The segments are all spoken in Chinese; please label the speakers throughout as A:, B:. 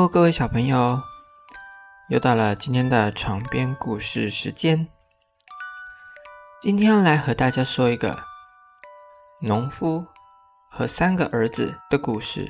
A: Hello， 各位小朋友，又到了今天的床边故事时间。今天要来和大家说一个农夫和3个儿子的故事。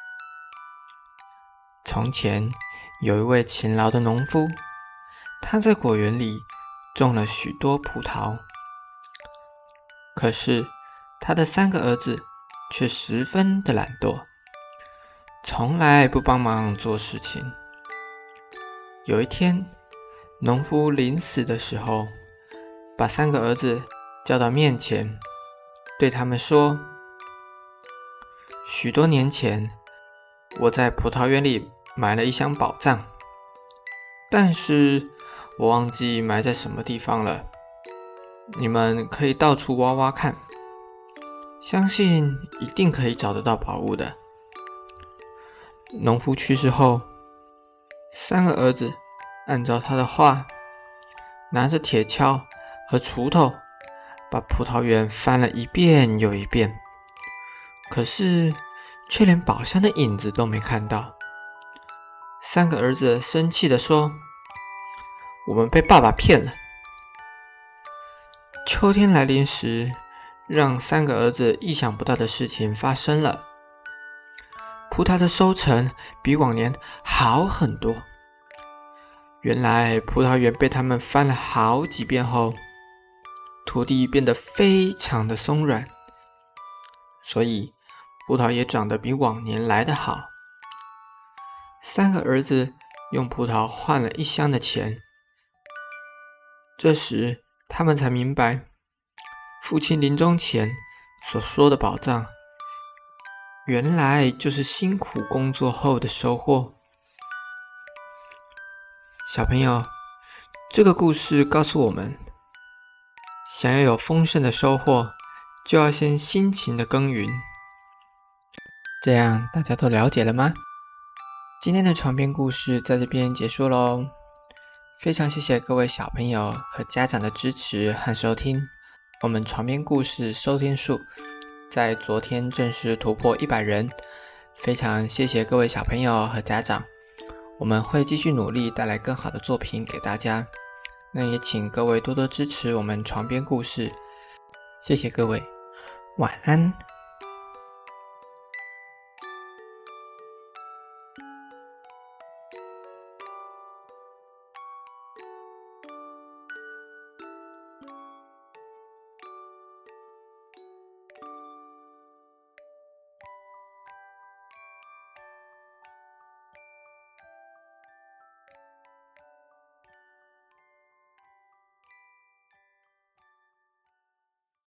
A: 从前有一位勤劳的农夫，他在果园里种了许多葡萄，可是他的3个儿子却十分的懒惰，从来不帮忙做事情。有一天，农夫临死的时候，把3个儿子叫到面前，对他们说：许多年前，我在葡萄园里埋了一箱宝藏，但是我忘记埋在什么地方了。你们可以到处挖挖看，相信一定可以找得到宝物的。农夫去世后，3个儿子按照他的话，拿着铁锹和锄头，把葡萄园翻了一遍又一遍，可是却连宝箱的影子都没看到。3个儿子生气地说：我们被爸爸骗了。秋天来临时，让3个儿子意想不到的事情发生了。葡萄的收成比往年好很多。原来葡萄园被他们翻了好几遍后，土地变得非常的松软，所以葡萄也长得比往年来得好。3个儿子用葡萄换了1箱的钱。这时他们才明白，父亲临终前所说的宝藏，原来就是辛苦工作后的收获。小朋友，这个故事告诉我们，想要有丰盛的收获，就要先辛勤的耕耘。这样大家都了解了吗？今天的床边故事在这边结束咯。非常谢谢各位小朋友和家长的支持和收听。我们床边故事收听数在昨天正式突破100人，非常谢谢各位小朋友和家长，我们会继续努力带来更好的作品给大家。那也请各位多多支持我们床边故事，谢谢各位，晚安。